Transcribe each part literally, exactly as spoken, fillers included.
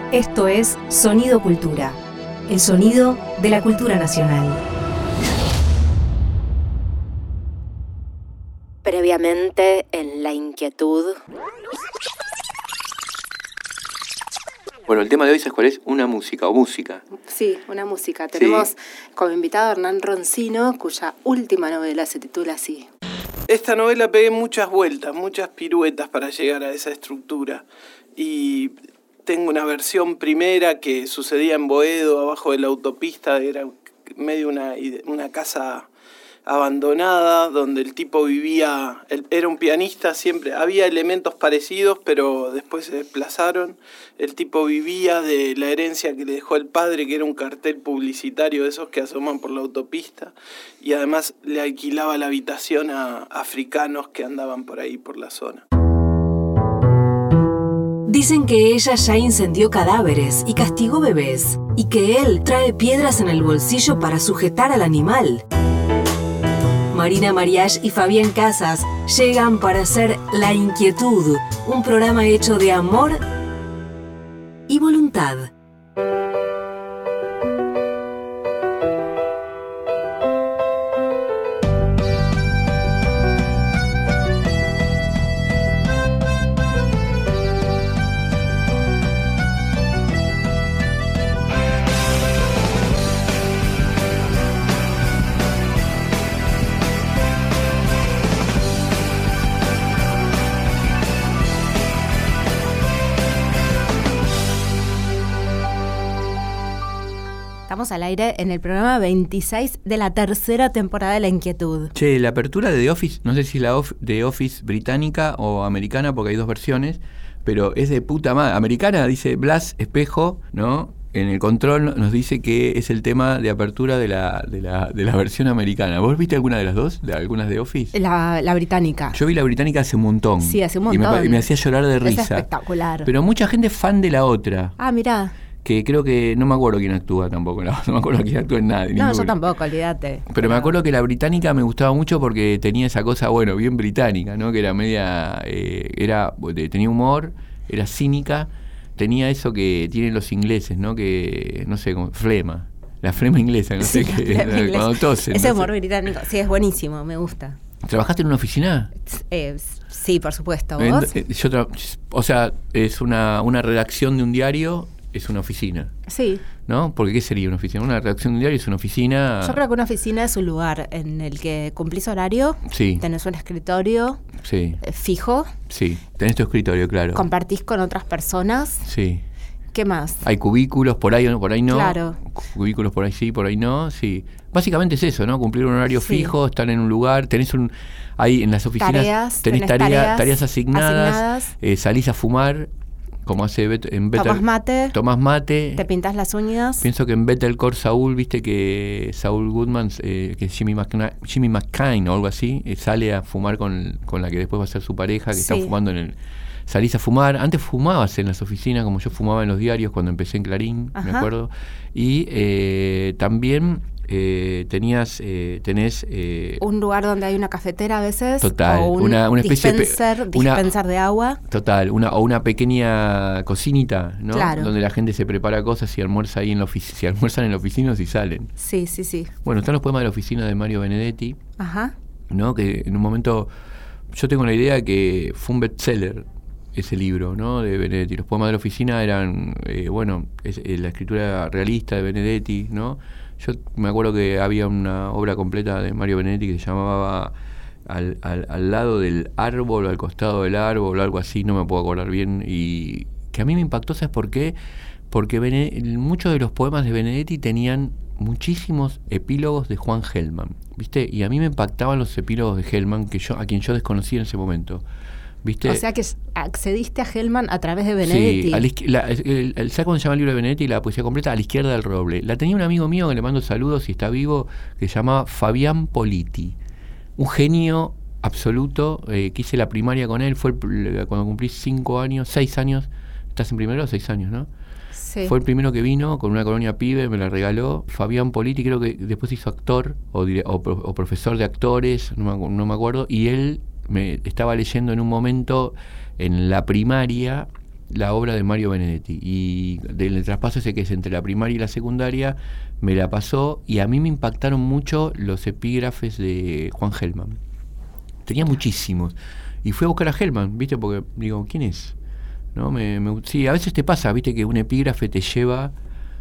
Esto es Sonido Cultura, el sonido de la cultura nacional. Previamente en La Inquietud. Bueno, el tema de hoy, ¿sabes cuál es? Una música o música. Sí, una música. Tenemos sí. como invitado a Hernán Roncino, cuya última novela se titula así. Esta novela pegué muchas vueltas, muchas piruetas para llegar a esa estructura. Y tengo una versión primera que sucedía en Boedo, abajo de la autopista, era medio una, una casa abandonada, donde el tipo vivía, él era un pianista, siempre había elementos parecidos, pero después se desplazaron. El tipo vivía de la herencia que le dejó el padre, que era un cartel publicitario de esos que asoman por la autopista, y además le alquilaba la habitación a africanos que andaban por ahí, por la zona. Dicen que ella ya incendió cadáveres y castigó bebés, y que él trae piedras en el bolsillo para sujetar al animal. Marina Mariach y Fabián Casas llegan para hacer La Inquietud, un programa hecho de amor y voluntad. Estamos al aire en el programa veintiséis de la tercera temporada de La Inquietud. Che, la apertura de The Office, no sé si la of, The Office británica o americana, porque hay dos versiones, pero es de puta madre. Americana dice Blas Espejo, ¿no? En el control nos dice que es el tema de apertura de la, de la, de la versión americana. ¿Vos viste alguna de las dos? ¿De algunas de Office? La, la británica. Yo vi la británica hace un montón. Sí, hace un montón. Y me, y me hacía llorar de risa. Es espectacular. Pero mucha gente es fan de la otra. Ah, mirá. Que creo que, no me acuerdo quién actúa tampoco, no, no me acuerdo quién actúa en nadie. No, ninguno. Yo tampoco, olvídate. Pero, pero me acuerdo que la británica me gustaba mucho porque tenía esa cosa, bueno, bien británica, ¿no? Que era media, eh, era, tenía humor, era cínica, tenía eso que tienen los ingleses, ¿no? Que, no sé, como flema, la flema inglesa, no sí, sé qué, cuando tosen. Ese no humor sé. británico, sí, es buenísimo, me gusta. ¿Trabajaste en una oficina? Eh, sí, por supuesto. ¿Vos? En, yo tra- o sea, es una, una redacción de un diario. Es una oficina. Sí. ¿No? Porque ¿qué sería una oficina? Una redacción de un diario es una oficina... Yo creo que una oficina es un lugar en el que cumplís horario, sí. tenés un escritorio sí. eh, fijo. Sí, tenés tu escritorio, claro. Compartís con otras personas. Sí. ¿Qué más? Hay cubículos, por ahí o por ahí no. Claro. Cubículos por ahí sí, por ahí no, sí. Básicamente es eso, ¿no? Cumplir un horario sí. fijo, estar en un lugar, tenés un... Ahí en las oficinas tareas, tenés, tenés tarea, tareas, tareas asignadas, asignadas. Eh, salís a fumar... como hace Bet- en Better, tomás mate, tomás mate, te pintás las uñas. Pienso que en Better Call Saul, viste que Saul Goodman, eh, que es Jimmy, McKna- Jimmy McCain o algo así, eh, sale a fumar con, con la que después va a ser su pareja, que sí. están fumando en el... Salís a fumar, antes fumabas en las oficinas, como yo fumaba en los diarios cuando empecé en Clarín, Ajá. me acuerdo, y eh, también... Eh, tenías, eh, tenés... Eh, un lugar donde hay una cafetera a veces. Total, o un una, una especie dispenser, de... Una, dispenser de agua. Total, una, o una pequeña cocinita, ¿no? Claro. Donde la gente se prepara cosas y almuerza ahí en la oficina, si almuerzan en la oficina o si salen. Sí, sí, sí. Bueno, están los poemas de la oficina de Mario Benedetti. Ajá. ¿No? Que en un momento... Yo tengo la idea que fue un bestseller ese libro, ¿no? De Benedetti. Los poemas de la oficina eran, eh, bueno, es, eh, la escritura realista de Benedetti, ¿no? Yo me acuerdo que había una obra completa de Mario Benedetti que se llamaba al, al, al lado del árbol o al costado del árbol o algo así, no me puedo acordar bien, y que a mí me impactó, ¿sabes por qué? Porque Bene- muchos de los poemas de Benedetti tenían muchísimos epílogos de Juan Gelman, ¿viste? Y a mí me impactaban los epílogos de Gelman, que yo, a quien yo desconocía en ese momento. ¿Viste? O sea que accediste a Gelman a través de Benedetti. Sí, a la izquier- la, el, el, el, ¿sabes cómo se llama el libro de Benedetti? La poesía completa, A la izquierda del roble. La tenía un amigo mío que le mando saludos si está vivo, que se llamaba Fabián Politi. Un genio absoluto, eh, que hice la primaria con él, fue el, cuando cumplí cinco años, seis años. ¿Estás en primero o seis años, no? Sí. Fue el primero que vino con una colonia pibe, me la regaló. Fabián Politi, creo que después hizo actor o, dire, o, o profesor de actores, no me, no me acuerdo, y él... me estaba leyendo en un momento en la primaria la obra de Mario Benedetti, y del traspaso ese que es entre la primaria y la secundaria, me la pasó, y a mí me impactaron mucho los epígrafes de Juan Gelman. Tenía muchísimos, y fui a buscar a Gelman, ¿viste? Porque digo, ¿quién es? ¿No? Me, me, sí, a veces te pasa, ¿viste? Que un epígrafe te lleva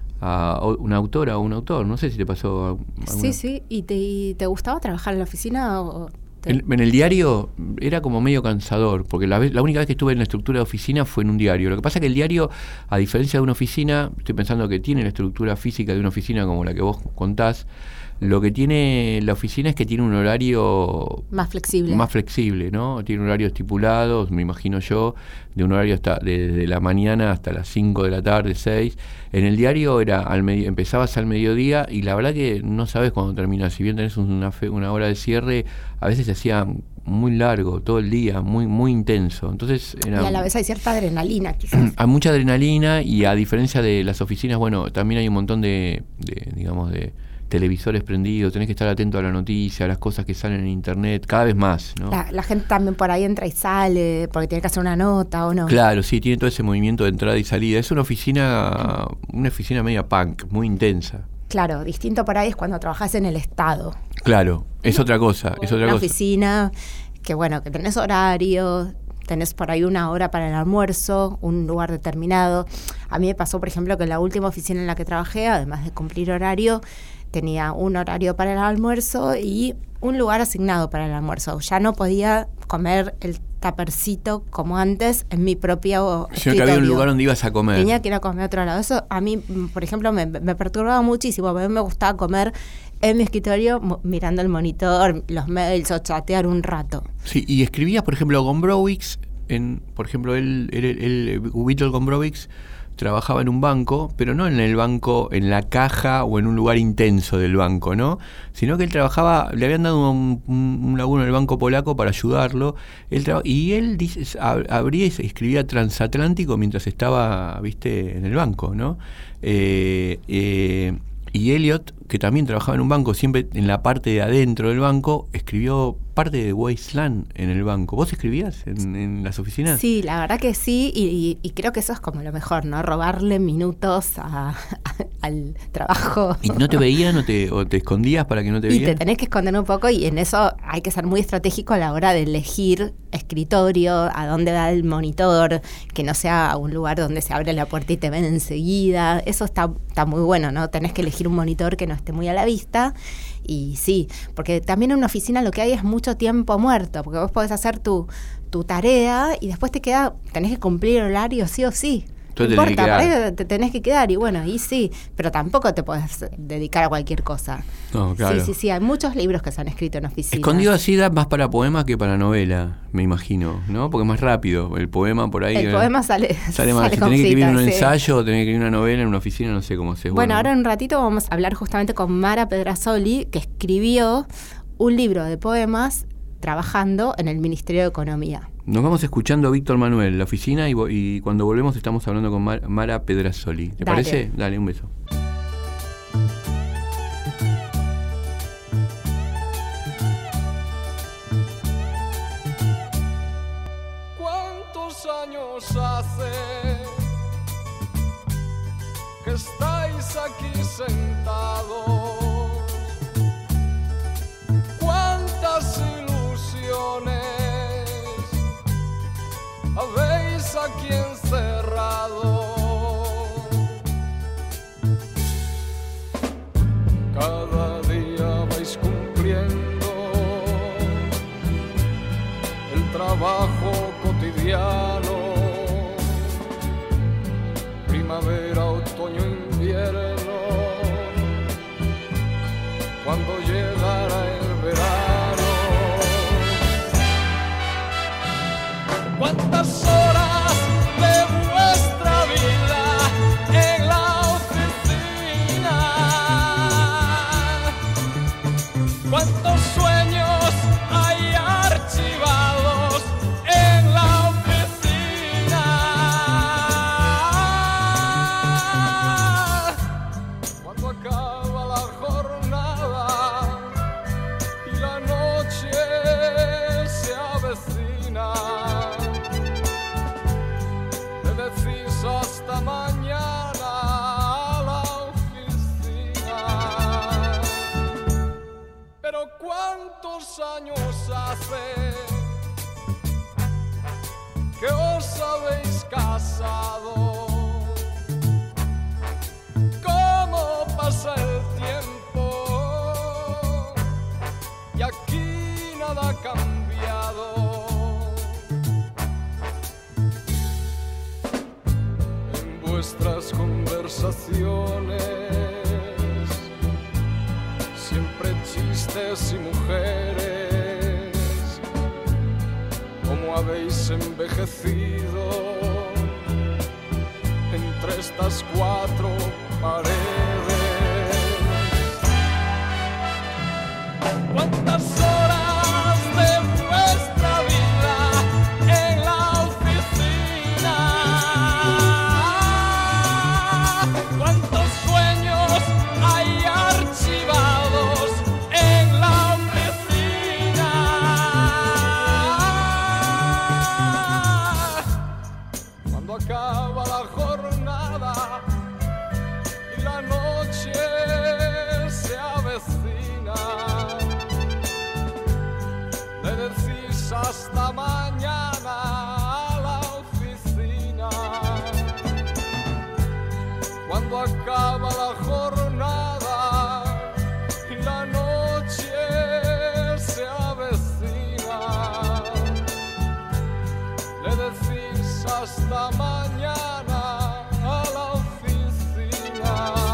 a una autora o un autor, no sé si te pasó alguna... Sí, sí, ¿y te, y te gustaba trabajar en la oficina o...? En, en el diario era como medio cansador, porque la, vez, la única vez que estuve en la estructura de oficina fue en un diario. Lo que pasa es que el diario, a diferencia de una oficina, estoy pensando que tiene la estructura física de una oficina como la que vos contás, lo que tiene la oficina es que tiene un horario más flexible, más flexible, ¿no? Tiene un horario estipulado, me imagino yo, de un horario hasta desde la mañana hasta las cinco de la tarde, seis. En el diario era al medio, empezabas al mediodía y la verdad que no sabes cuándo terminas. Si bien tenés una, fe, una hora de cierre, a veces se hacía muy largo, todo el día, muy muy intenso. Entonces era, y a la vez hay cierta adrenalina, quizás. Hay mucha adrenalina, y a diferencia de las oficinas, bueno, también hay un montón de, de digamos, de televisores prendidos, tenés que estar atento a la noticia, a las cosas que salen en internet, cada vez más, ¿no? La, la gente también por ahí entra y sale, porque tiene que hacer una nota o no. Claro, sí, tiene todo ese movimiento de entrada y salida. Es una oficina, una oficina media punk, muy intensa. Claro, distinto por ahí es cuando trabajás en el Estado. Claro, es otra cosa, es otra una cosa. oficina que, bueno, que tenés horario, tenés por ahí una hora para el almuerzo, un lugar determinado. A mí me pasó, por ejemplo, que en la última oficina en la que trabajé, además de cumplir horario, tenía un horario para el almuerzo y un lugar asignado para el almuerzo. Ya no podía comer el tapercito como antes en mi propio escritorio. Sino que había un lugar donde ibas a comer. Tenía que ir a comer a otro lado. Eso a mí, por ejemplo, me, me perturbaba muchísimo. A mí me gustaba comer en mi escritorio mirando el monitor, los mails o chatear un rato. Sí, y escribías, por ejemplo, Gombrowicz, en, por ejemplo, él, él, él, él Vítor Gombrowicz trabajaba en un banco, pero no en el banco, en la caja o en un lugar intenso del banco, ¿no? Sino que él trabajaba, le habían dado un, un, un laburo en el banco polaco para ayudarlo, él traba, y él dice, abría y escribía transatlántico mientras estaba, viste, en el banco, ¿no? Eh, eh, y Eliot, que también trabajaba en un banco, siempre en la parte de adentro del banco, escribió parte de Wasteland en el banco. ¿Vos escribías en, en las oficinas? Sí, la verdad que sí, y, y, y creo que eso es como lo mejor, ¿no? Robarle minutos a, a, al trabajo. ¿Y no te veían o te, o te escondías para que no te vean? Y te tenés que esconder un poco, y en eso hay que ser muy estratégico a la hora de elegir escritorio, a dónde va el monitor, que no sea un lugar donde se abre la puerta y te ven enseguida. Eso está, está muy bueno, ¿no? Tenés que elegir un monitor que no esté muy a la vista. Y sí, porque también en una oficina lo que hay es mucho tiempo muerto, porque vos podés hacer tu, tu tarea y después te queda, tenés que cumplir horario sí o sí. No importa, por ahí te tenés que quedar, y bueno, y sí, pero tampoco te podés dedicar a cualquier cosa. No, claro. Sí, sí, sí, hay muchos libros que se han escrito en oficinas. Escondido así da más para poema que para novela, me imagino, ¿no? Porque es más rápido, el poema por ahí... El eh, poema sale Sale más, sale si tenés que escribir un sí. ensayo o tenés que escribir una novela en una oficina, no sé cómo se... Bueno, bueno, ahora en un ratito vamos a hablar justamente con Mara Pedrasoli, que escribió un libro de poemas trabajando en el Ministerio de Economía. Nos vamos escuchando a Víctor Manuel, la oficina, y, y cuando volvemos estamos hablando con Mar, Mara Pedrasoli. ¿Te Dale. parece? Dale, un beso. ¿Cuántos años hace que estáis aquí sentados? ¿Cuántas ilusiones habéis aquí encerrado? Cada día vais cumpliendo el trabajo cotidiano. Primavera, otoño, invierno, cuando llegará el verano. ¿Cuántas horas de hasta mañana a la oficina. Pero ¿cuántos años hace que os habéis casado? ¿Cómo pasa el tiempo? Y aquí nada ha cambiado. En vuestras conversaciones siempre chistes y mujeres. ¿Cómo habéis envejecido entre estas cuatro paredes? ¿Cuántas horas de vuestra vida en la oficina? ¿Cuántos sueños hay archivados en la oficina? Cuando acaba la jornada y la noche se avecina, le decís hasta mañana a la oficina. Cuando acaba la jornada y la noche se avecina, le decís hasta mañana a la oficina.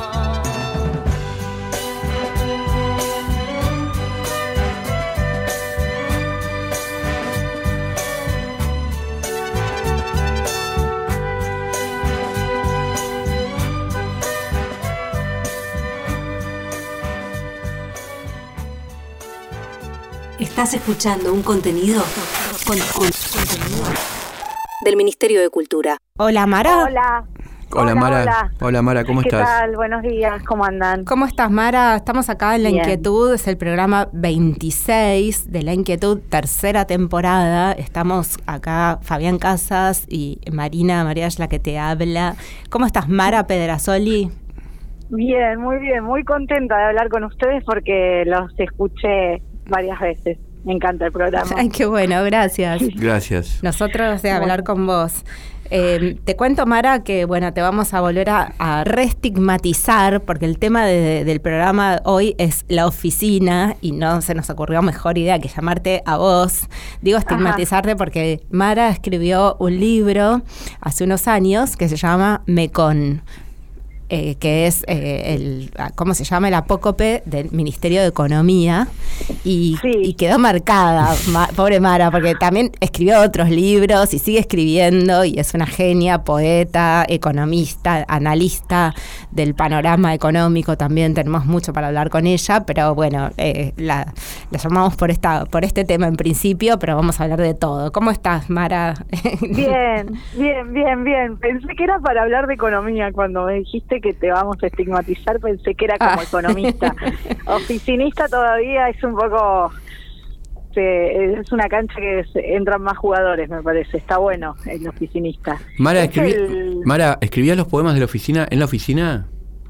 Estás escuchando un contenido, con, con- contenido del Ministerio de Cultura. Hola, Mara. Hola. Hola, Mara. Hola. Hola, Mara, ¿cómo ¿Qué estás? tal? Buenos días, ¿cómo andan? ¿Cómo estás, Mara? Estamos acá en La Bien. Inquietud, es el programa veintiséis de La Inquietud, tercera temporada. Estamos acá, Fabián Casas y Marina Mariach, la que te habla. ¿Cómo estás, Mara Pedrazoli? Bien, muy bien, muy contenta de hablar con ustedes porque los escuché varias veces. Me encanta el programa. Ay, qué bueno, gracias. Gracias. Nosotros de hablar con vos. Eh, te cuento, Mara, que bueno, te vamos a volver a, a reestigmatizar, porque el tema de- del programa hoy es la oficina y no se nos ocurrió mejor idea que llamarte a vos. Digo estigmatizarte porque Mara escribió un libro hace unos años que se llama Mecon. Eh, que es eh, el, ¿cómo se llama? El apócope del Ministerio de Economía, y, Sí. y quedó marcada, ma- pobre Mara, porque también escribió otros libros y sigue escribiendo, y es una genia, poeta, economista, analista del panorama económico. También tenemos mucho para hablar con ella, pero bueno, eh, la, la llamamos por esta por este tema en principio, pero vamos a hablar de todo. ¿Cómo estás, Mara? Bien, bien, bien, bien. Pensé que era para hablar de economía. Cuando me dijiste que te vamos a estigmatizar, pensé que era como Ah. economista. Oficinista todavía es un poco... se- es una cancha que se- entran más jugadores, me parece. Está bueno el oficinista. Mara, Es escribí- el- Mara, ¿escribías los poemas de la oficina en la oficina?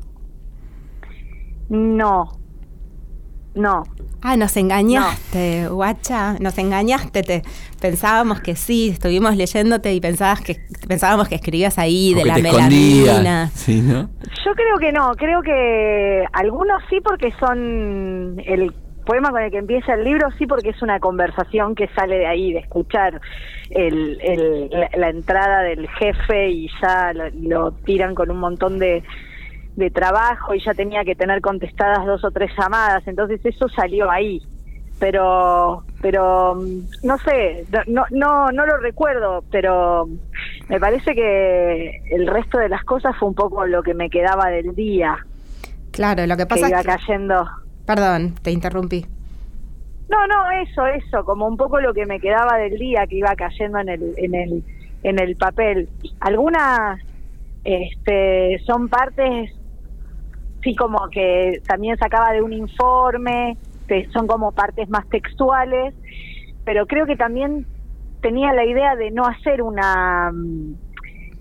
No, no. Ah, nos engañaste, guacha, nos engañaste. Te, pensábamos que sí, estuvimos leyéndote y pensabas que pensábamos que escribías ahí ¿O de que la te melamina. escondías? Sí, ¿no? Yo creo que no, creo que algunos sí porque son el poema con el que empieza el libro, sí porque es una conversación que sale de ahí, de escuchar el, el, la, la entrada del jefe y ya lo, lo tiran con un montón de, de trabajo y ya tenía que tener contestadas dos o tres llamadas, entonces eso salió ahí. Pero, pero no sé, no, no, no lo recuerdo, pero me parece que el resto de las cosas fue un poco lo que me quedaba del día, Claro, lo que que pasa iba es que... cayendo. Perdón, te interrumpí. No, no, eso, eso, como un poco lo que me quedaba del día que iba cayendo en el, en el, en el papel. Algunas, este, son partes, sí, como que también sacaba de un informe, que son como partes más textuales, pero creo que también tenía la idea de no hacer una,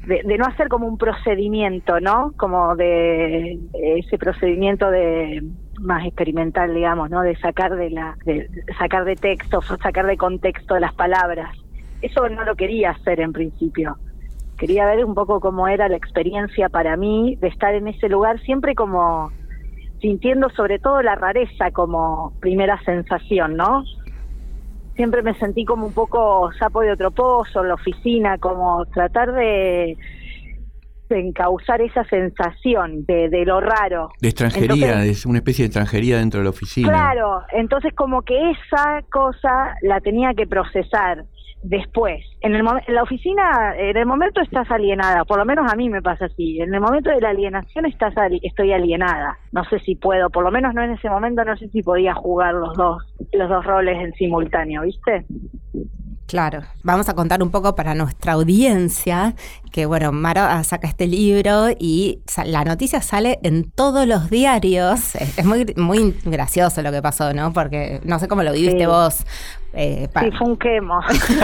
de, de no hacer como un procedimiento, ¿no? Como de, de ese procedimiento de más experimental, digamos, ¿no? De sacar de la de, de sacar de texto, sacar de contexto las palabras. Eso no lo quería hacer en principio. Quería ver un poco cómo era la experiencia para mí de estar en ese lugar, siempre como sintiendo sobre todo la rareza como primera sensación, ¿no? Siempre me sentí como un poco sapo de otro pozo en la oficina, como tratar de, de encauzar esa sensación de, de lo raro. De extranjería, entonces, es una especie de extranjería dentro de la oficina. Claro, entonces como que esa cosa la tenía que procesar después. En, el en la oficina, en el momento estás alienada, por lo menos a mí me pasa así. En el momento de la alienación estás estoy alienada. No sé si puedo, por lo menos no en ese momento, no sé si podía jugar los dos, los dos roles en simultáneo, ¿viste? Claro, vamos a contar un poco para nuestra audiencia que, bueno, Maro saca este libro y la noticia sale en todos los diarios. Es muy muy gracioso lo que pasó, ¿no? Porque no sé cómo lo viviste sí. vos. Eh, sí, fue un quemo.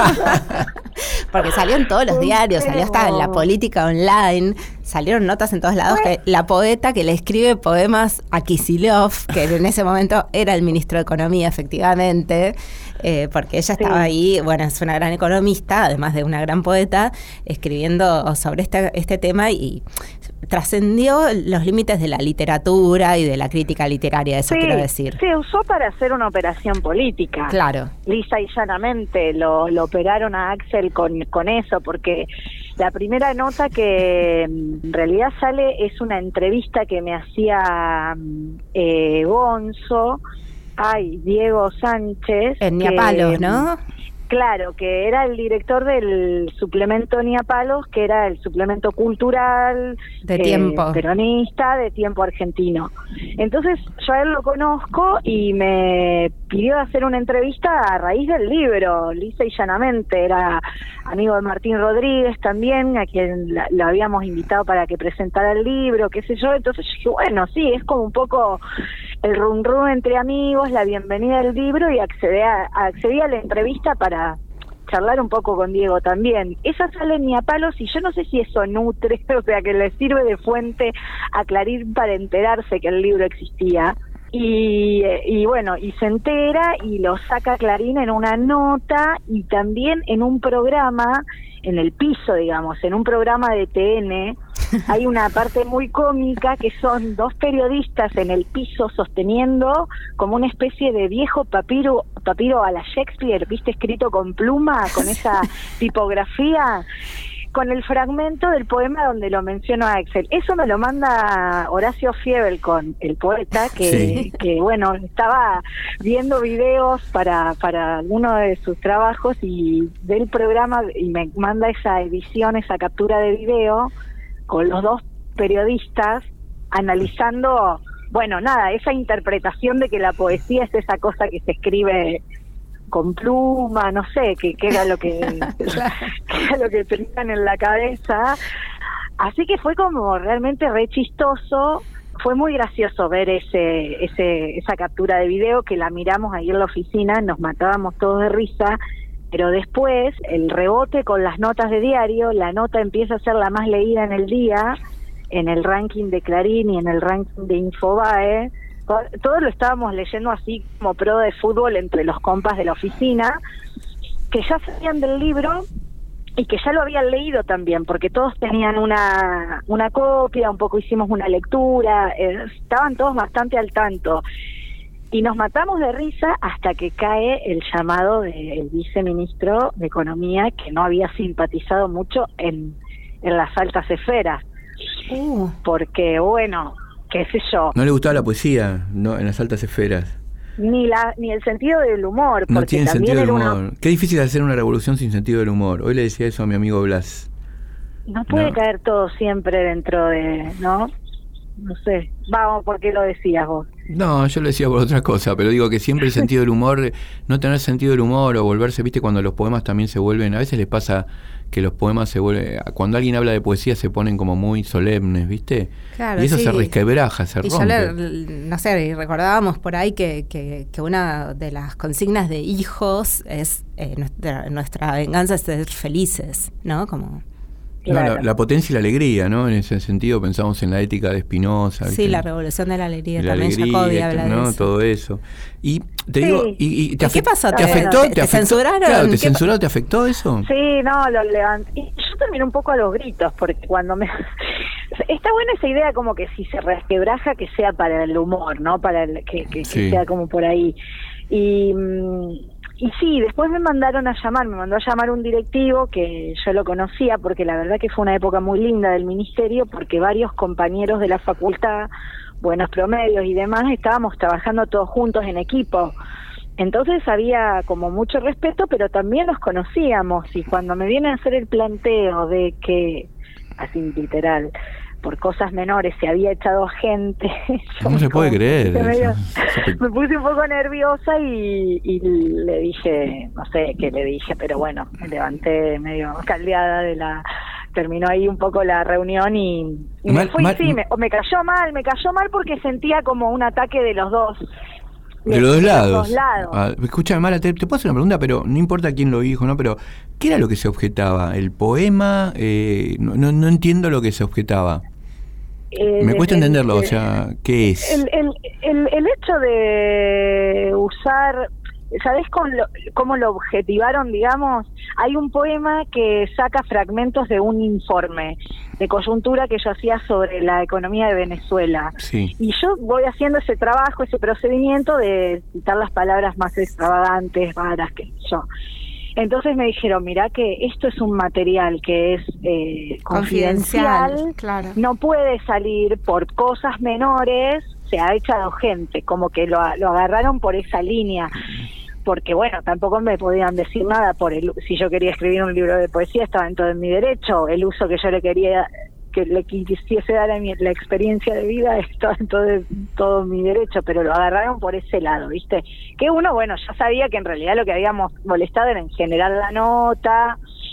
Porque salió en todos los diarios, salió hasta en la política online, salieron notas en todos lados que la poeta que le escribe poemas a Kicillof, que en ese momento era el ministro de Economía, efectivamente, eh, porque ella estaba sí. ahí, bueno, es una gran economista, además de una gran poeta, escribiendo sobre este, este tema y trascendió los límites de la literatura y de la crítica literaria, eso sí, quiero decir. Se usó para hacer una operación política. Claro. Lisa y llanamente lo, lo operaron a Axel con, con eso, porque la primera nota que en realidad sale es una entrevista que me hacía eh, Gonzo, ay, Diego Sánchez. En Niapalos, ¿no? Claro, que era el director del suplemento Niapalos, que era el suplemento cultural de eh, Tiempo peronista de Tiempo Argentino. Entonces yo a él lo conozco y me pidió hacer una entrevista a raíz del libro, lisa y llanamente. Era amigo de Martín Rodríguez también, a quien la, lo habíamos invitado para que presentara el libro, qué sé yo. Entonces yo dije, bueno, sí, es como un poco el rum rum entre amigos, la bienvenida al libro, y accedí a, accedí a la entrevista para charlar un poco con Diego también. Esa sale en Niapalos y yo no sé si eso nutre, o sea, que le sirve de fuente a Clarín para enterarse que el libro existía. Y, y bueno, y se entera y lo saca Clarín en una nota y también en un programa, en el piso, digamos, en un programa de T N. Hay una parte muy cómica que son dos periodistas en el piso sosteniendo como una especie de viejo papiro, papiro a la Shakespeare, ¿viste? Escrito con pluma, con esa tipografía, con el fragmento del poema donde lo menciono a Axel. Eso me lo manda Horacio Fiebel, con el poeta, que, sí. que bueno, estaba viendo videos para, para uno de sus trabajos y del programa y me manda esa edición, esa captura de video con los dos periodistas analizando, bueno, nada, esa interpretación de que la poesía es esa cosa que se escribe con pluma, no sé, que, que era lo que, que era lo que tenían en la cabeza. Así que fue como realmente re chistoso. Fue muy gracioso ver ese, ese, esa captura de video, que la miramos ahí en la oficina, nos matábamos todos de risa. Pero después, el rebote con las notas de diario, la nota empieza a ser la más leída en el día, en el ranking de Clarín y en el ranking de Infobae. Todo lo estábamos leyendo así como pro de fútbol entre los compas de la oficina, que ya sabían del libro y que ya lo habían leído también, porque todos tenían una, una copia, un poco hicimos una lectura, eh, estaban todos bastante al tanto. Y nos matamos de risa hasta que cae el llamado del viceministro de Economía, que no había simpatizado mucho en, en las altas esferas. Uh. Porque, bueno, qué sé yo. No le gustaba la poesía, no, en las altas esferas. Ni la ni el sentido del humor. No tiene sentido del humor. Una... Qué difícil hacer una revolución sin sentido del humor. Hoy le decía eso a mi amigo Blas. No puede no. caer todo siempre dentro de, ¿no? No sé. Vamos, ¿por qué lo decías vos? No, yo lo decía por otra cosa, pero digo que siempre el sentido del humor, no tener sentido del humor o volverse, viste, cuando los poemas también se vuelven, a veces les pasa que los poemas se vuelven, cuando alguien habla de poesía se ponen como muy solemnes, viste, claro, y eso sí. se resquebraja, se y rompe. Yo le, no sé, recordábamos por ahí que, que, que una de las consignas de hijos es eh, nuestra, nuestra venganza es ser felices, ¿no? Como Claro. No, la, la potencia y la alegría, ¿no? En ese sentido pensamos en la ética de Spinoza. Sí, ¿viste? La revolución de la alegría, La también alegría, Jacobi habla ¿no? de eso. Todo eso. Y te Sí. digo, y, y te ¿Y qué pasó? ¿Te, ¿Te- afectó? te- te afectó? censuraron? Claro, ¿te ¿Qué censuró? ¿Te afectó eso? Sí, no, lo levanté. Y yo terminé un poco a los gritos, porque cuando me... Está buena esa idea como que si se resquebraja, que sea para el humor, ¿no? Para el, que, que, Sí. que sea como por ahí. Y... Y sí, después me mandaron a llamar, me mandó a llamar un directivo que yo lo conocía, porque la verdad que fue una época muy linda del ministerio, porque varios compañeros de la facultad, buenos promedios y demás, estábamos trabajando todos juntos en equipo. Entonces había como mucho respeto, pero también los conocíamos, y cuando me vienen a hacer el planteo de que, así literal, por cosas menores se había echado a gente. No se puede creer. Me, medio, Eso. me puse un poco nerviosa y, y le dije, no sé qué le dije, pero bueno, me levanté medio caldeada de la... Terminó ahí un poco la reunión y, y Mal, me fui, mal, sí, me, me cayó mal, me cayó mal porque sentía como un ataque de los dos. De los dos lados. dos lados. Ah, escucha, Mara, te, te puedo hacer una pregunta, pero no importa quién lo dijo, ¿no? Pero, ¿qué era lo que se objetaba? ¿El poema? Eh, no, no, no entiendo lo que se objetaba. Eh, Me cuesta el- entenderlo, el- o sea, ¿qué es? El, el, el, el hecho de usar, ¿sabés con lo, cómo lo objetivaron, digamos? Hay un poema que saca fragmentos de un informe de coyuntura que yo hacía sobre la economía de Venezuela. Sí. Y yo voy haciendo ese trabajo, ese procedimiento de citar las palabras más extravagantes, raras, que yo. Entonces me dijeron, mirá que esto es un material que es eh, confidencial, Confidencial, claro. no puede salir por cosas menores, se ha echado gente, como que lo, lo agarraron por esa línea, porque bueno, tampoco me podían decir nada por el, si yo quería escribir un libro de poesía estaba en todo mi derecho, el uso que yo le quería que le quisiese dar a mi, la experiencia de vida estaba en todo, todo mi derecho, pero lo agarraron por ese lado, ¿viste? Que uno, bueno, ya sabía que en realidad lo que habíamos molestado era en generar la nota,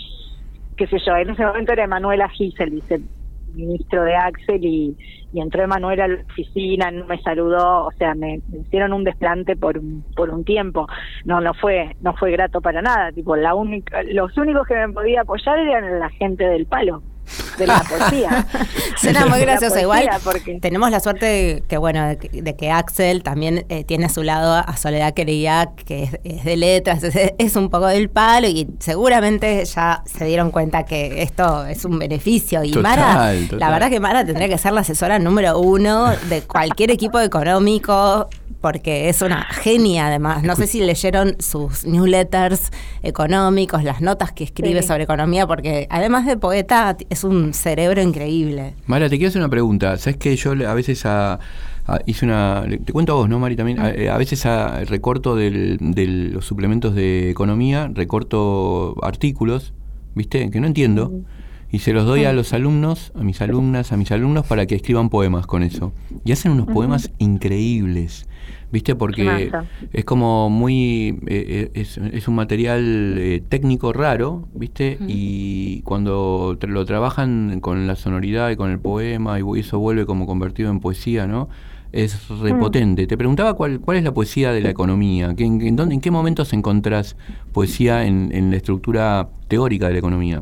qué sé yo, en ese momento era Emanuela Gisel, viceministro de Axel, y, y entró Emanuela a la oficina, no me saludó, o sea, me, me hicieron un desplante por un, por un tiempo, no no fue no fue grato para nada, tipo, la única, los únicos que me podía apoyar eran la gente del palo, de la poesía. Suena muy De la gracioso. poesía, Igual porque... tenemos la suerte de que, bueno, de que, de que Axel también eh, tiene a su lado a Soledad Quería, que es, es de letras, es, es un poco del palo, y seguramente ya se dieron cuenta que esto es un beneficio. Y Total, Mara, total. la verdad que Mara tendría que ser la asesora número uno de cualquier equipo económico, porque es una genia además. No sé si leyeron sus newsletters económicos, las notas que escribe Sí. sobre economía, porque además de poeta es un cerebro increíble. Mara, te quiero hacer una pregunta. ¿Sabes que yo le- a veces a, a- hice una... le- Te cuento a vos, ¿no, Mari? También. A, a veces a, recorto del, de los suplementos de economía, recorto artículos, ¿viste? Que no entiendo. Y se los doy a los alumnos, a mis alumnas, a mis alumnos, para que escriban poemas con eso. Y hacen unos poemas increíbles, ¿viste? Porque Qué masa. es como muy... eh, es, es un material eh, técnico raro, ¿viste? Y cuando tra- lo trabajan con la sonoridad y con el poema, y eso vuelve como convertido en poesía, ¿no? Es repotente. Te preguntaba cuál, cuál es la poesía de la economía. ¿Qué, en, en, dónde, ¿En qué momentos encontrás poesía en, en la estructura teórica de la economía?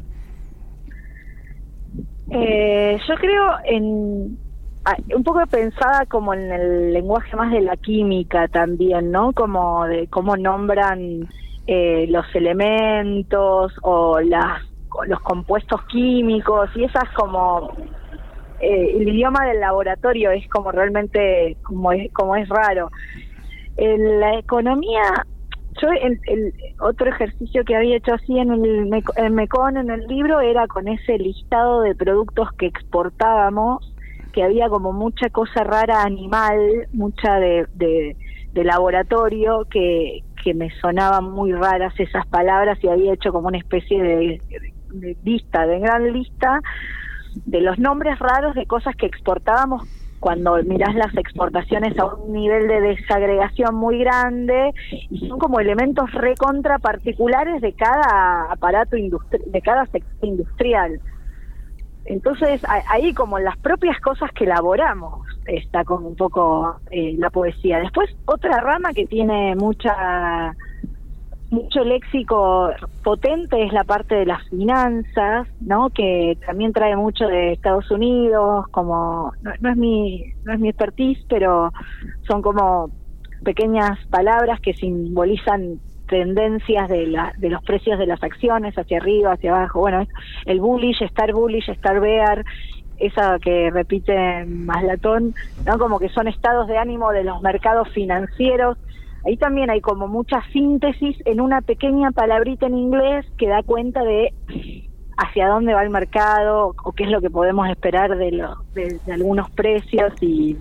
Eh, yo creo en ah, un poco pensada como en el lenguaje más de la química también, ¿no? Como de cómo nombran eh, los elementos o las o los compuestos químicos, y esas como eh, el idioma del laboratorio es como realmente como es como es raro. En la economía, yo el, el otro ejercicio que había hecho así en el Meco- en Mecon, en el libro, era con ese listado de productos que exportábamos, que había como mucha cosa rara animal, mucha de, de, de laboratorio, que, que me sonaban muy raras esas palabras, y había hecho como una especie de, de lista, de gran lista, de los nombres raros de cosas que exportábamos, cuando mirás las exportaciones a un nivel de desagregación muy grande, y son como elementos recontra particulares de cada aparato industri- de cada sector industrial. Entonces a- ahí como las propias cosas que elaboramos está como un poco eh, la poesía. Después otra rama que tiene mucha mucho léxico potente es la parte de las finanzas, ¿no? Que también trae mucho de Estados Unidos, como no, no es mi no es mi expertise, pero son como pequeñas palabras que simbolizan tendencias de la, de los precios de las acciones hacia arriba, hacia abajo. Bueno, el bullish, estar bullish, estar bear, esa que repite Maslatón, ¿no? Como que son estados de ánimo de los mercados financieros. Ahí también hay como mucha síntesis en una pequeña palabrita en inglés que da cuenta de hacia dónde va el mercado o qué es lo que podemos esperar de, lo, de, de algunos precios y...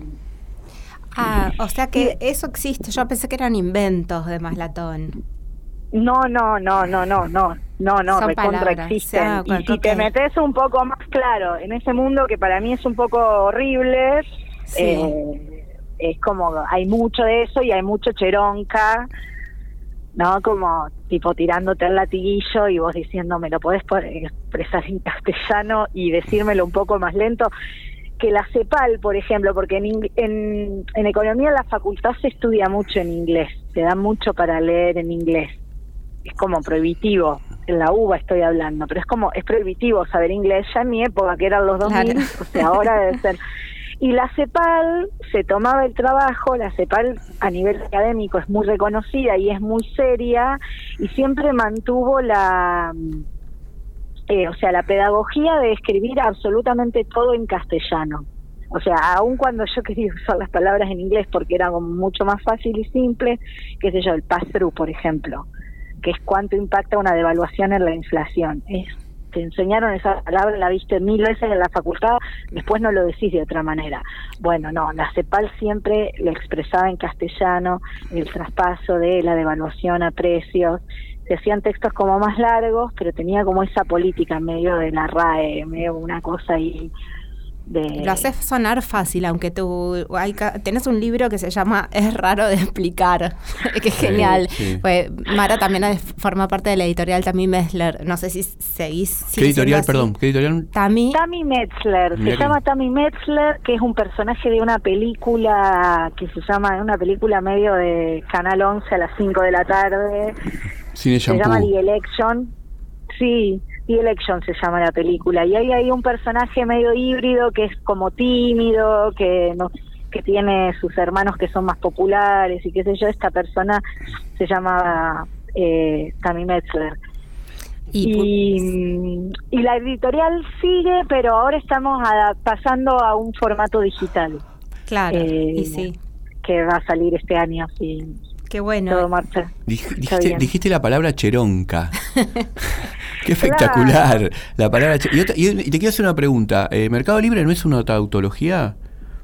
Ah, o sea que eso existe. Yo pensé que eran inventos de Maslatón. No, no, no, no, no, no, no, no, recontra existen. Ah, y si okay. te metes un poco más claro en ese mundo que para mí es un poco horrible, sí. eh, es como, hay mucho de eso y hay mucho cheronca, ¿no? Como tipo tirándote el latiguillo y vos diciendo, me lo podés expresar en castellano y decírmelo un poco más lento. Que la CEPAL, por ejemplo, porque en, en, en economía en la facultad se estudia mucho en inglés, te da mucho para leer en inglés. Es como prohibitivo, en la U B A estoy hablando, pero es como, es prohibitivo saber inglés, ya en mi época, que eran los dos mil, claro. O sea, ahora debe ser. Y la CEPAL se tomaba el trabajo, la CEPAL a nivel académico es muy reconocida y es muy seria, y siempre mantuvo la... Eh, o sea, la pedagogía de escribir absolutamente todo en castellano. O sea, aun cuando yo quería usar las palabras en inglés porque era como mucho más fácil y simple, qué sé yo, el pass-through, por ejemplo, que es cuánto impacta una devaluación en la inflación. Es, te enseñaron esa palabra, la viste mil veces en la facultad, después no lo decís de otra manera. Bueno, no, la CEPAL siempre lo expresaba en castellano, el traspaso de la devaluación a precios. Se hacían textos como más largos, pero tenía como esa política en medio de la R A E, medio una cosa ahí de... Lo haces sonar fácil, aunque tú hay, tenés un libro que se llama Es raro de explicar, que es genial. Sí, sí. Pues Mara también forma parte de la editorial Tammy Metzler, no sé si seguís... ¿Qué editorial, perdón? ¿Qué editorial? Tammy, Tammy Metzler, Mirá se que... llama Tammy Metzler, que es un personaje de una película que se llama, una película medio de Canal once a las cinco de la tarde... Cine se llama The Election, sí, The Election se llama la película, y ahí hay un personaje medio híbrido que es como tímido, que no, que tiene sus hermanos que son más populares y qué sé yo. Esta persona se llama eh, Tammy Metzler. Y, y, y la editorial sigue, pero ahora estamos a, pasando a un formato digital. Claro, eh, y sí. Que va a salir este año, sí. Qué bueno. Todo marcha. Dij, dijiste, dijiste la palabra cheronca. Qué espectacular. Claro. La palabra cher- y, otra, y te quiero hacer una pregunta. Eh, ¿Mercado Libre no es una tautología?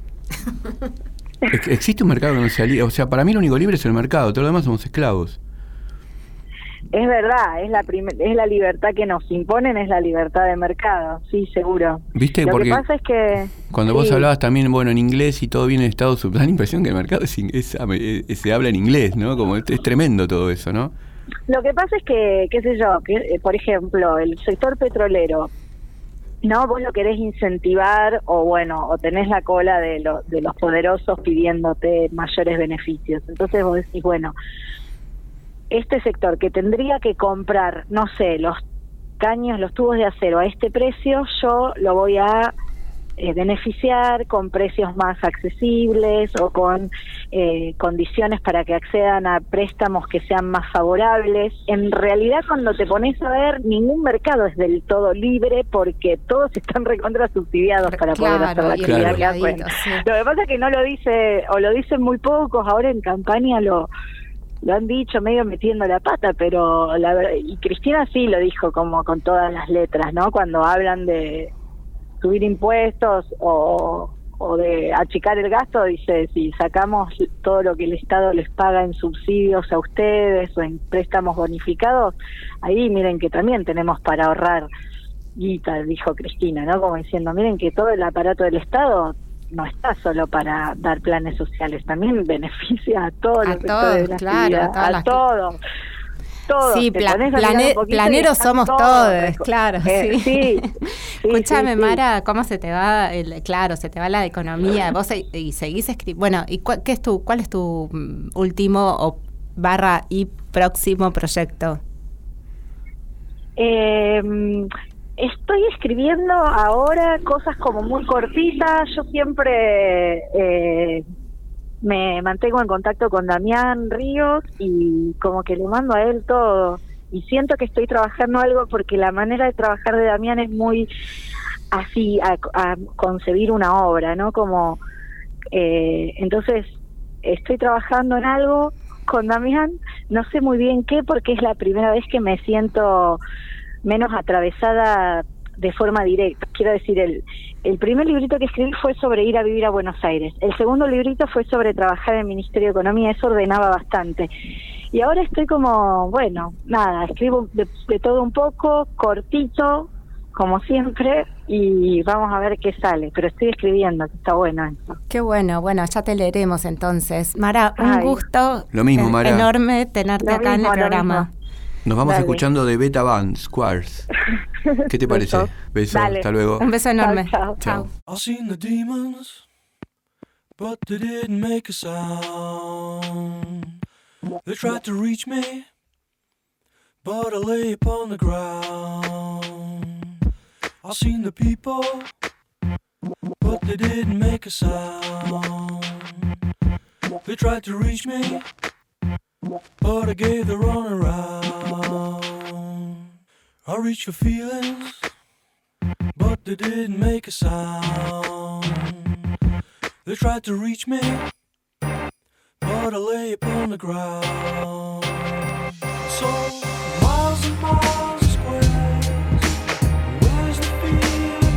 ¿Ex- ¿Existe un mercado que no sea libre? O sea, para mí lo único libre es el mercado, todo lo demás somos esclavos. Es verdad, es la prim- es la libertad que nos imponen, es la libertad de mercado, sí, seguro. ¿Viste? Lo Porque que pasa es que... Cuando sí. vos hablabas también, bueno, en inglés y todo viene de Estados Unidos, da la impresión que el mercado es, es, es, se habla en inglés, ¿no? Como es, es tremendo todo eso, ¿no? Lo que pasa es que, qué sé yo, que eh, por ejemplo, el sector petrolero, no, vos lo querés incentivar o bueno, o tenés la cola de, lo, de los poderosos pidiéndote mayores beneficios. Entonces vos decís, bueno, este sector que tendría que comprar, no sé, los caños, los tubos de acero a este precio, yo lo voy a eh, beneficiar con precios más accesibles o con eh, condiciones para que accedan a préstamos que sean más favorables. En realidad, cuando te pones a ver, ningún mercado es del todo libre porque todos están recontra subsidiados para claro, poder hacer la actividad claro. que hacen. Sí. Lo que pasa es que no lo dice, o lo dicen muy pocos, ahora en campaña lo... Lo han dicho medio metiendo la pata, pero la verdad, y Cristina sí lo dijo como con todas las letras, ¿no? Cuando hablan de subir impuestos o, o de achicar el gasto, dice, si sacamos todo lo que el Estado les paga en subsidios a ustedes o en préstamos bonificados, ahí miren que también tenemos para ahorrar guita, dijo Cristina, ¿no? Como diciendo, miren que todo el aparato del Estado no está solo para dar planes sociales, también beneficia a todos los sectores de la claro, actividad, a, a todos. Todos. Sí, pla- plane- planeros somos todos, todos claro. Eh, sí. sí, sí. Escúchame, sí, sí. Mara, ¿cómo se te va? El, claro, se te va la economía. Vos y seguís escribiendo. Bueno, ¿y cu- qué es tu, cuál es tu último o barra y próximo proyecto? Eh, estoy escribiendo ahora cosas como muy cortitas. Yo siempre eh, me mantengo en contacto con Damián Ríos y como que le mando a él todo. Y siento que estoy trabajando algo porque la manera de trabajar de Damián es muy así, a, a concebir una obra, ¿no? Como, eh, entonces, estoy trabajando en algo con Damián, no sé muy bien qué, porque es la primera vez que me siento menos atravesada de forma directa. Quiero decir, el, el primer librito que escribí fue sobre ir a vivir a Buenos Aires. El segundo librito fue sobre trabajar en el Ministerio de Economía, eso ordenaba bastante. Y ahora estoy como, bueno, nada, escribo de, de todo un poco, cortito, como siempre, y vamos a ver qué sale. Pero estoy escribiendo, que está bueno eso. Qué bueno, bueno, ya te leeremos entonces. Mara, un Ay. gusto Lo mismo, eh, Mara. enorme tenerte Lo acá mismo, en el lo programa. mismo. Nos vamos Dale. escuchando de Beta Band, Squares. ¿Qué te parece? Besos. Besos, Dale. hasta luego. Un beso enorme. Chao, chao. I seen the demons, but they didn't make a sound. They tried to reach me, but I lay upon the ground. I seen the people, but they didn't make a sound. They tried to reach me, but I gave the run around. I reached for feelings, but they didn't make a sound. They tried to reach me, but I lay upon the ground. So miles and miles of squares, where's the feeling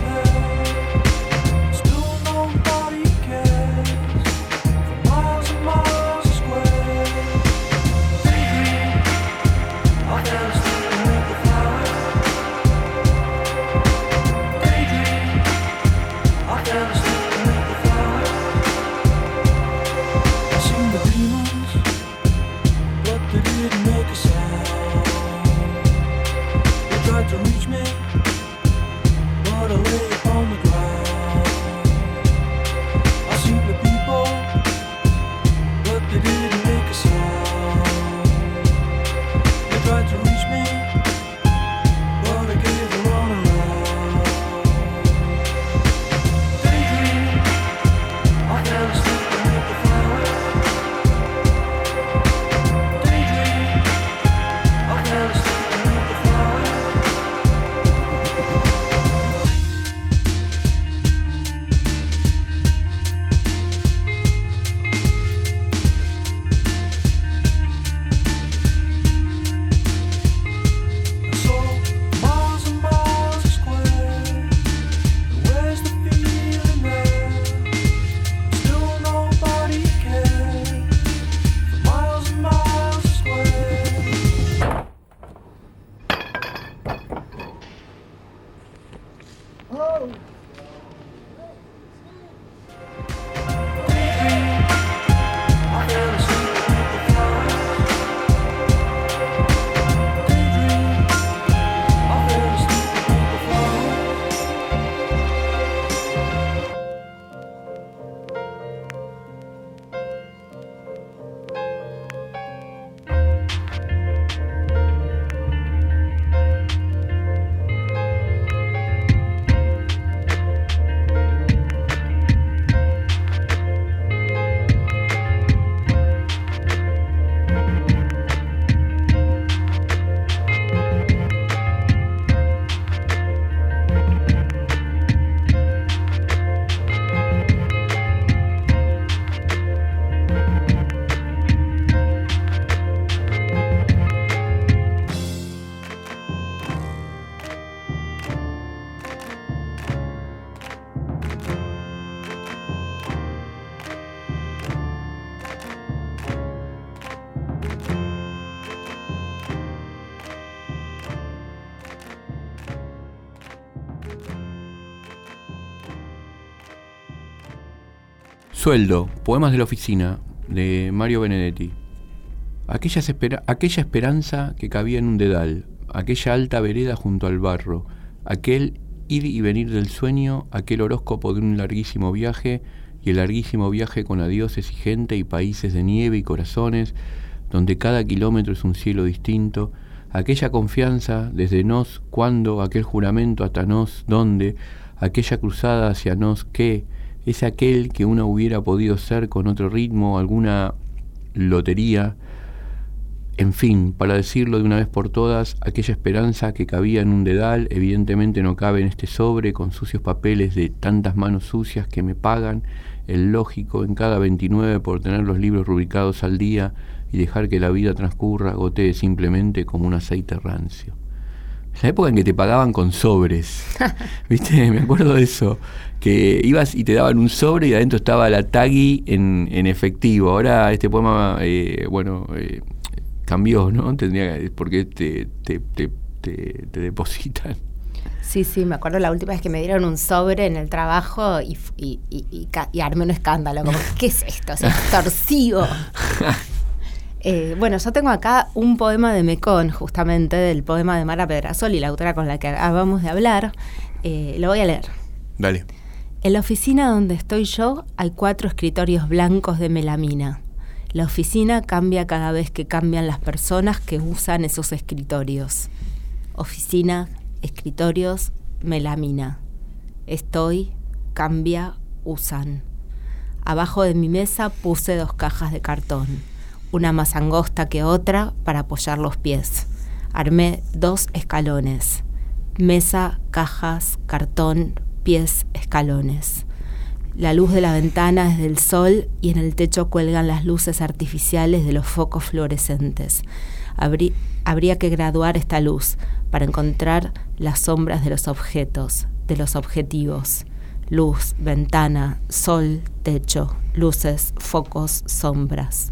there? Still nobody cares. For miles and miles of squares, daydream, I fell asleep beneath the flowers. Daydream, I fell asleep beneath the flowers. I seen the demons, but they didn't make a sound. They tried to reach me, but I lay upon the ground. I seen the people, but they didn't make a sound. They tried to reach me, but I gave the run around. Daydream, I fell asleep beneath the flowers. Daydream, I fell asleep beneath the flowers. So miles and miles of square, where's the feeling there? Still nobody cares. For miles and miles of square. Daydream, I fell asleep beneath the flowers. Daydream, I fell asleep beneath the flowers. Sueldo, poemas de la oficina, de Mario Benedetti. Aquella, espera, aquella esperanza que cabía en un dedal, aquella alta vereda junto al barro, aquel ir y venir del sueño, aquel horóscopo de un larguísimo viaje, y el larguísimo viaje con adioses y gente y países de nieve y corazones, donde cada kilómetro es un cielo distinto, aquella confianza desde nos, cuándo, aquel juramento hasta nos, dónde, aquella cruzada hacia nos, qué, es aquel que uno hubiera podido ser con otro ritmo, alguna lotería. En fin, para decirlo de una vez por todas, aquella esperanza que cabía en un dedal, evidentemente no cabe en este sobre, con sucios papeles de tantas manos sucias que me pagan el lógico en cada veintinueve por tener los libros rubricados al día y dejar que la vida transcurra, gotee simplemente como un aceite rancio. La época en que te pagaban con sobres, ¿viste? Me acuerdo de eso, que ibas y te daban un sobre y adentro estaba la tagui en, en efectivo. Ahora este poema, eh, bueno, eh, cambió, ¿no? Tendría, porque te, te, te, te, te depositan. Sí, sí, me acuerdo la última vez que me dieron un sobre en el trabajo y, y, y, y, y armé un escándalo, como, ¿qué es esto? Es extorsivo. Eh, bueno, yo tengo acá un poema de Mekón, justamente, del poema de Mara Pedrasoli, la autora con la que acabamos de hablar. Eh, lo voy a leer. Dale. En la oficina donde estoy yo hay cuatro escritorios blancos de melamina. La oficina cambia cada vez que cambian las personas que usan esos escritorios. Oficina, escritorios, melamina. Estoy, cambia, usan. Abajo de mi mesa puse dos cajas de cartón. Una más angosta que otra para apoyar los pies. Armé dos escalones. Mesa, cajas, cartón, pies, escalones. La luz de la ventana es del sol y en el techo cuelgan las luces artificiales de los focos fluorescentes. Habrí, habría que graduar esta luz para encontrar las sombras de los objetos, de los objetivos. Luz, ventana, sol, techo, luces, focos, sombras.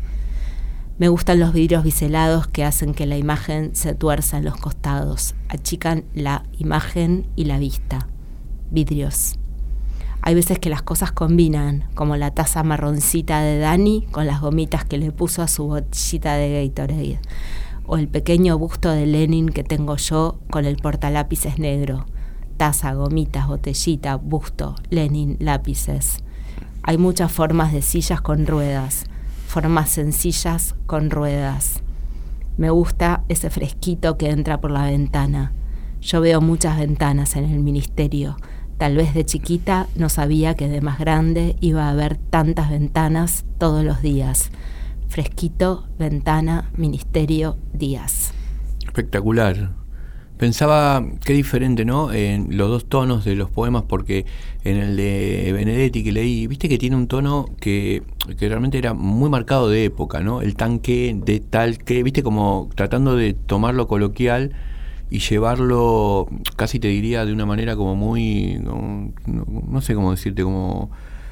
Me gustan los vidrios biselados que hacen que la imagen se tuerza en los costados, achican la imagen y la vista. Vidrios. Hay veces que las cosas combinan, como la taza marroncita de Dani con las gomitas que le puso a su botellita de Gatorade, o el pequeño busto de Lenin que tengo yo con el portalápices negro. Taza, gomitas, botellita, busto, Lenin, lápices. Hay muchas formas de sillas con ruedas. Formas sencillas con ruedas. Me gusta ese fresquito que entra por la ventana. Yo veo muchas ventanas en el ministerio. Tal vez de chiquita no sabía que de más grande iba a haber tantas ventanas todos los días. Fresquito, ventana, ministerio, días. Espectacular. Pensaba qué diferente, ¿no? En los dos tonos de los poemas, porque en el de Benedetti que leí, viste que tiene un tono que, que realmente era muy marcado de época, ¿no? El tan que, de tal que, viste, como tratando de tomarlo coloquial y llevarlo, casi te diría, de una manera como muy, como, no, no sé cómo decirte, como...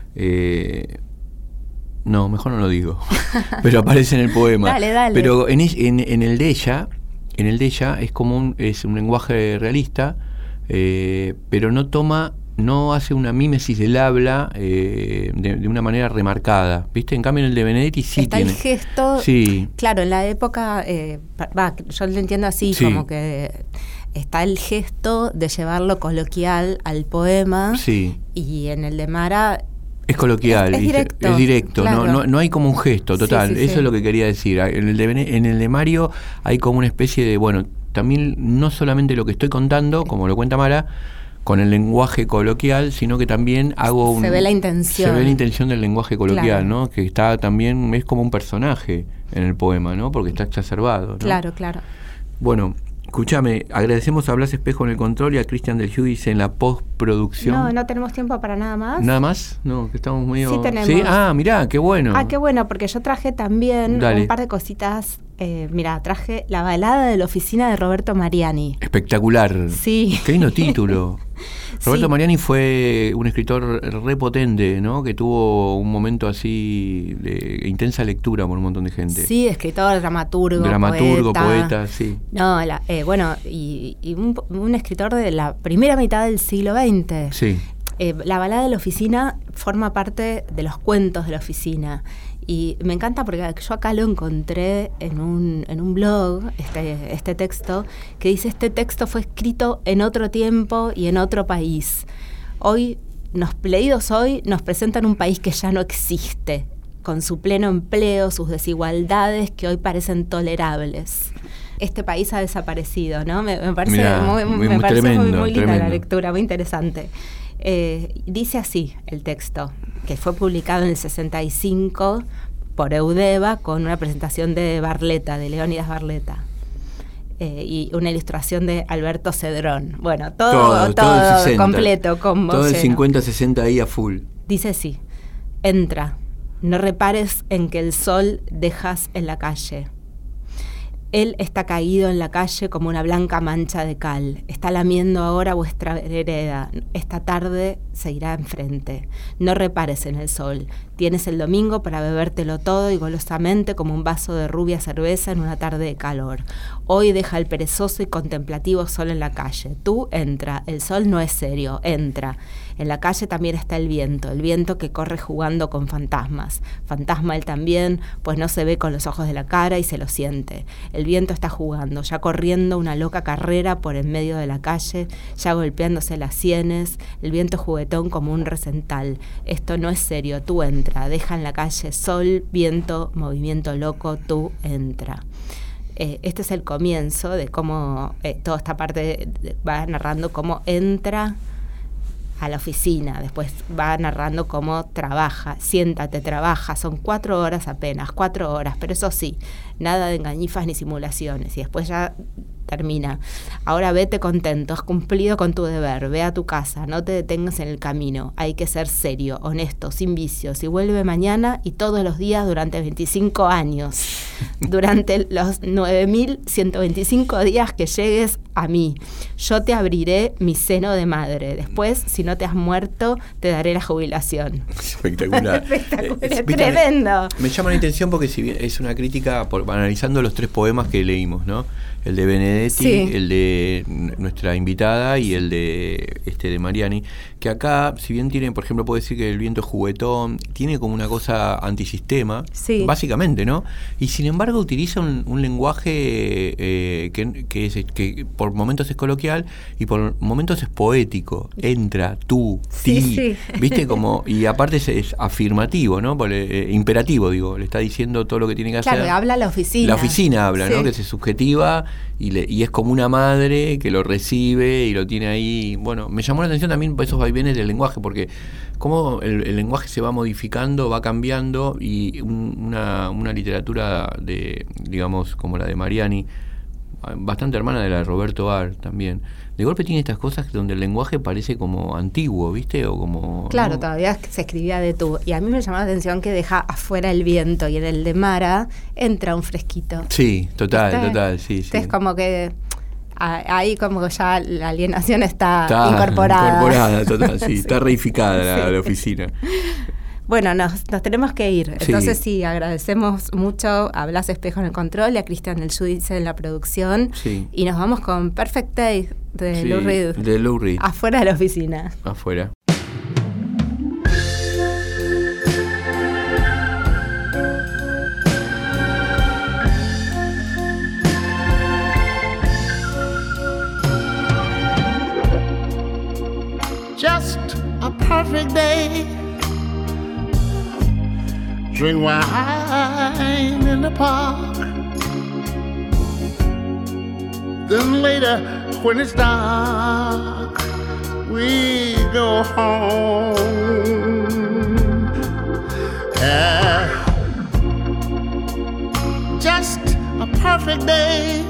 Eh, no, mejor no lo digo, pero aparece en el poema. Dale, dale. Pero en, en, en el de ella... En el de ella es como un, es un lenguaje realista, eh, pero no toma, no hace una mímesis del habla eh, de, de una manera remarcada, ¿viste? En cambio en el de Benedetti sí Está tiene. el gesto, sí. Claro, en la época, eh, va, yo lo entiendo así, Sí. como que está el gesto de llevarlo coloquial al poema, Sí. y en el de Mara... Es coloquial, Es- es y se- directo, es directo, claro. no, no, no hay como un gesto, total, Sí, sí, eso sí. es lo que quería decir. En el, de, Bene- en el de Mario hay como una especie de, bueno, también no solamente lo que estoy contando, como lo cuenta Mara, con el lenguaje coloquial, sino que también hago un... Se ve la intención. Se ve la intención del lenguaje coloquial, Claro. ¿no? Que está también, es como un personaje en el poema, ¿no? Porque está exacerbado, ¿no? Claro, claro. Bueno, escúchame, agradecemos a Blas Espejo en el control y a Cristian del Giudice en la postproducción. No, no tenemos tiempo para nada más. ¿Nada más? No, que estamos medio... Sí tenemos. Ah, mirá, qué bueno. Ah, qué bueno, porque yo traje también Dale. un par de cositas. Eh, mira, traje La balada de la oficina de Roberto Mariani. Espectacular. Sí. Qué lindo título. Roberto Sí. Mariani fue un escritor repotente, ¿no? Que tuvo un momento así de intensa lectura por un montón de gente. Sí, escritor, dramaturgo, Dramaturgo, poeta. poeta, sí. No, la- eh, bueno, y, y un, un escritor de la primera mitad del siglo veinte. Sí. Eh, la balada de la oficina forma parte de los cuentos de la oficina. Y me encanta porque yo acá lo encontré en un, en un blog, este, este texto, que dice: este texto fue escrito en otro tiempo y en otro país. Hoy, nos leídos hoy, nos presentan un país que ya no existe. con su pleno empleo, sus desigualdades que hoy parecen tolerables. Este país ha desaparecido, ¿no? Me, me parece, Mirá, muy, muy, me muy parece tremendo, muy, muy linda tremendo. la lectura, muy interesante. Eh, dice así el texto, que fue publicado en el sesenta y cinco por Eudeva con una presentación de Barletta, de Leónidas Barletta. Eh, y una ilustración de Alberto Cedrón. Bueno, todo, todo, todo, todo el sesenta, completo, combo. todo el lleno. cincuenta sesenta ahí a full. Dice así: entra, no repares en que el sol dejas en la calle. Él está caído en la calle como una blanca mancha de cal. Está lamiendo ahora vuestra vereda. Esta tarde se irá enfrente. No repares en el sol. Tienes el domingo para bebértelo todo y golosamente como un vaso de rubia cerveza en una tarde de calor. Hoy deja el perezoso y contemplativo sol en la calle. Tú entra. El sol no es serio. Entra. En la calle también está el viento, el viento que corre jugando con fantasmas. Fantasma él también, pues no se ve con los ojos de la cara y se lo siente. El viento está jugando, ya corriendo una loca carrera por en medio de la calle, ya golpeándose las sienes, el viento juguetón como un recental. Esto no es serio, tú entra, deja en la calle sol, viento, movimiento loco, tú entra. Eh, este es el comienzo de cómo eh, toda esta parte de, va narrando cómo entra a la oficina, después va narrando cómo trabaja, siéntate, trabaja, son cuatro horas apenas, cuatro horas, pero eso sí, nada de engañifas ni simulaciones, y después ya termina. Ahora vete contento, has cumplido con tu deber, ve a tu casa, no te detengas en el camino, hay que ser serio, honesto, sin vicios, y vuelve mañana y todos los días durante veinticinco años, durante los nueve mil ciento veinticinco días que llegues a mí. Yo te abriré mi seno de madre. Después, si no te has muerto, te daré la jubilación. Espectacular. Espectacular, Eh, tremendo. Me llama la atención porque si bien es una crítica, por, analizando los tres poemas que leímos, ¿no? El de Benedetti, Sí. el de nuestra invitada y el de este de Mariani, que acá, si bien tiene, por ejemplo, puedo decir que el viento es juguetón, tiene como una cosa antisistema, Sí. básicamente, ¿no? Y sin embargo utiliza un, un lenguaje eh, que, que, es, que por momentos es coloquial y por momentos es poético. Entra, tú, Sí, ti, sí. ¿viste? Como, y aparte es, es afirmativo, ¿no? Porque, eh, imperativo, digo, le está diciendo todo lo que tiene que Claro, hacer. habla la oficina. La oficina habla, Sí. ¿no? Que se subjetiva y, le, y es como una madre que lo recibe y lo tiene ahí. Bueno, me llamó la atención también esos vaivenes del lenguaje, porque cómo el, el lenguaje se va modificando, va cambiando, y un, una, una literatura de, digamos, como la de Mariani, bastante hermana de la de Roberto Ar también, de golpe tiene estas cosas donde el lenguaje parece como antiguo, ¿viste? O como, Claro, ¿no? todavía se escribía de tú. Y a mí me llamó la atención que deja afuera el viento y en el de Mara entra un fresquito. Sí, total, ¿Viste? total, sí, sí. Entonces como que a- ahí como que ya la alienación está, Está incorporada. incorporada, total, sí, Sí. está reificada la, Sí. la oficina. Bueno, nos, nos tenemos que ir. Sí. Entonces sí, agradecemos mucho a Blas Espejo en el control y a Cristian del Judice en la producción. Sí. Y nos vamos con Perfect Day de Sí, Lou Reed. de Lou Reed, Afuera de la oficina. afuera. Just a perfect day. Drink wine in the park. Then later, when it's dark, we go home. Yeah. Just a perfect day.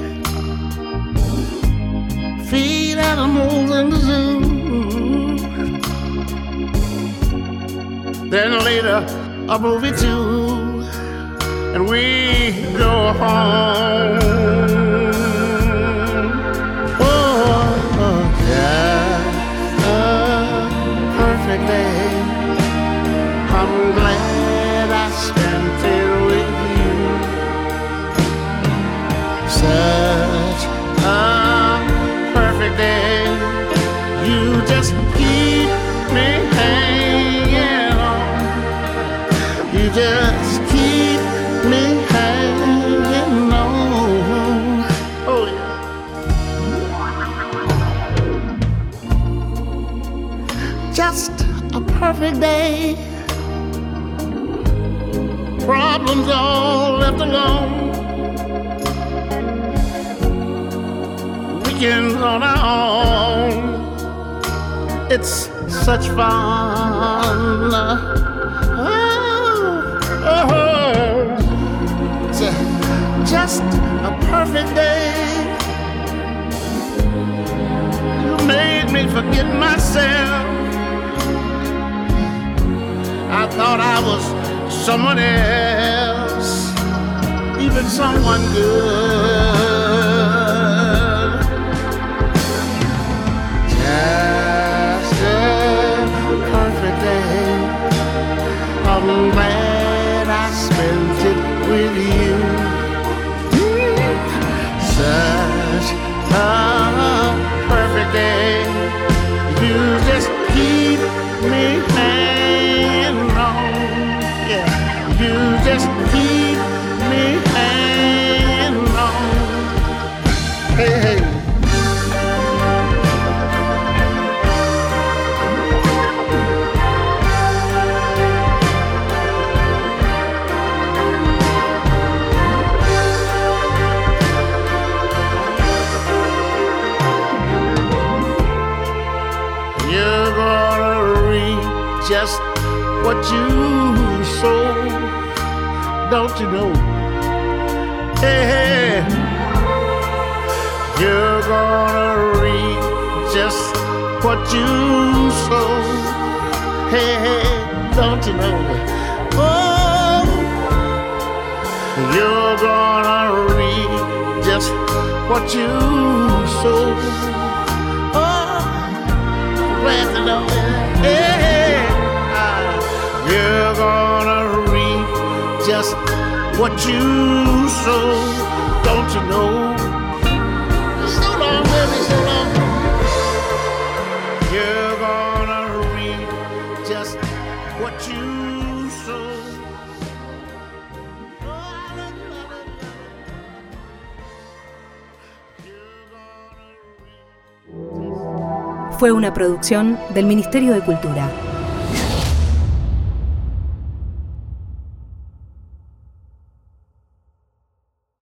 Feed animals in the zoo. Then later, a movie too, and we go home. Oh, just a perfect day. I'm glad I spent it with you. Such a perfect day. You just keep me hanging on. You just keep me hanging on. Oh yeah. Just a perfect day. problems all left alone. Weekends on our own. It's such fun. Oh, oh, it's a, just a perfect day. You made me forget myself. I thought I was someone else, even someone good. Just a perfect day. I'm glad I spent it with you. Such a perfect day. You just keep me hanging on. Yeah, you just keep me hanging on. Hey, hey. You're gonna reap just what you sow, don't you know? Hey, hey. You're gonna reap just what you sow. Hey, hey, don't you know? Oh, you're gonna reap just what you sow. Oh, glad to know it. Hey, hey. You're gonna reap just what you sow, don't you know? So long, baby, so long. You're gonna reap just what you sow. Oh, I love you, I love you. You're gonna reap. Fue una producción del Ministerio de Cultura.